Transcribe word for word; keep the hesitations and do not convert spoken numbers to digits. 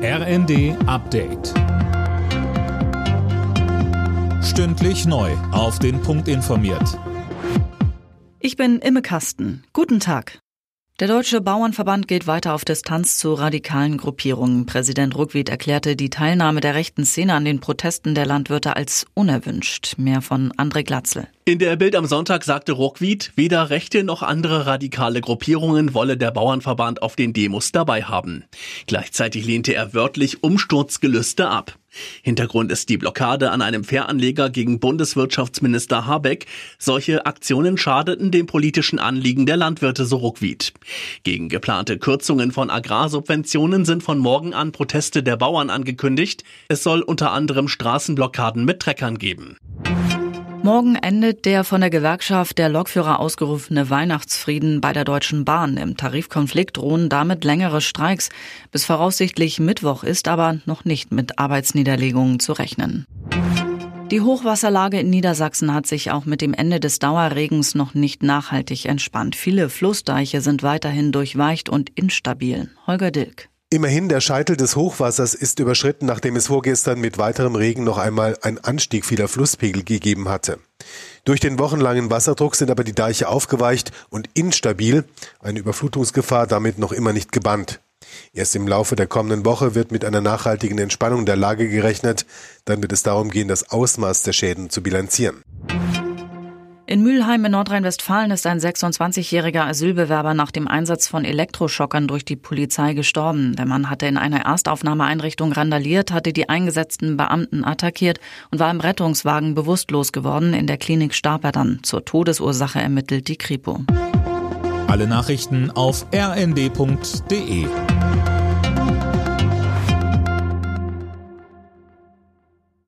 R N D Update. Stündlich neu auf den Punkt informiert. Ich bin Imme Kasten. Guten Tag. Der Deutsche Bauernverband geht weiter auf Distanz zu radikalen Gruppierungen. Präsident Ruckwied erklärte die Teilnahme der rechten Szene an den Protesten der Landwirte als unerwünscht. Mehr von André Glatzel. In der Bild am Sonntag sagte Ruckwied, weder rechte noch andere radikale Gruppierungen wolle der Bauernverband auf den Demos dabei haben. Gleichzeitig lehnte er wörtlich Umsturzgelüste ab. Hintergrund ist die Blockade an einem Fähranleger gegen Bundeswirtschaftsminister Habeck. Solche Aktionen schadeten dem politischen Anliegen der Landwirte, so Ruckwied. Gegen geplante Kürzungen von Agrarsubventionen sind von morgen an Proteste der Bauern angekündigt. Es soll unter anderem Straßenblockaden mit Treckern geben. Morgen endet der von der Gewerkschaft der Lokführer ausgerufene Weihnachtsfrieden bei der Deutschen Bahn. Im Tarifkonflikt drohen damit längere Streiks. Bis voraussichtlich Mittwoch ist aber noch nicht mit Arbeitsniederlegungen zu rechnen. Die Hochwasserlage in Niedersachsen hat sich auch mit dem Ende des Dauerregens noch nicht nachhaltig entspannt. Viele Flussdeiche sind weiterhin durchweicht und instabil. Holger Dilk. Immerhin, der Scheitel des Hochwassers ist überschritten, nachdem es vorgestern mit weiterem Regen noch einmal einen Anstieg vieler Flusspegel gegeben hatte. Durch den wochenlangen Wasserdruck sind aber die Deiche aufgeweicht und instabil, eine Überflutungsgefahr damit noch immer nicht gebannt. Erst im Laufe der kommenden Woche wird mit einer nachhaltigen Entspannung der Lage gerechnet, dann wird es darum gehen, das Ausmaß der Schäden zu bilanzieren. In Mülheim in Nordrhein-Westfalen ist ein sechsundzwanzigjähriger Asylbewerber nach dem Einsatz von Elektroschockern durch die Polizei gestorben. Der Mann hatte in einer Erstaufnahmeeinrichtung randaliert, hatte die eingesetzten Beamten attackiert und war im Rettungswagen bewusstlos geworden. In der Klinik starb er dann. Zur Todesursache ermittelt die Kripo. Alle Nachrichten auf r n d punkt d e.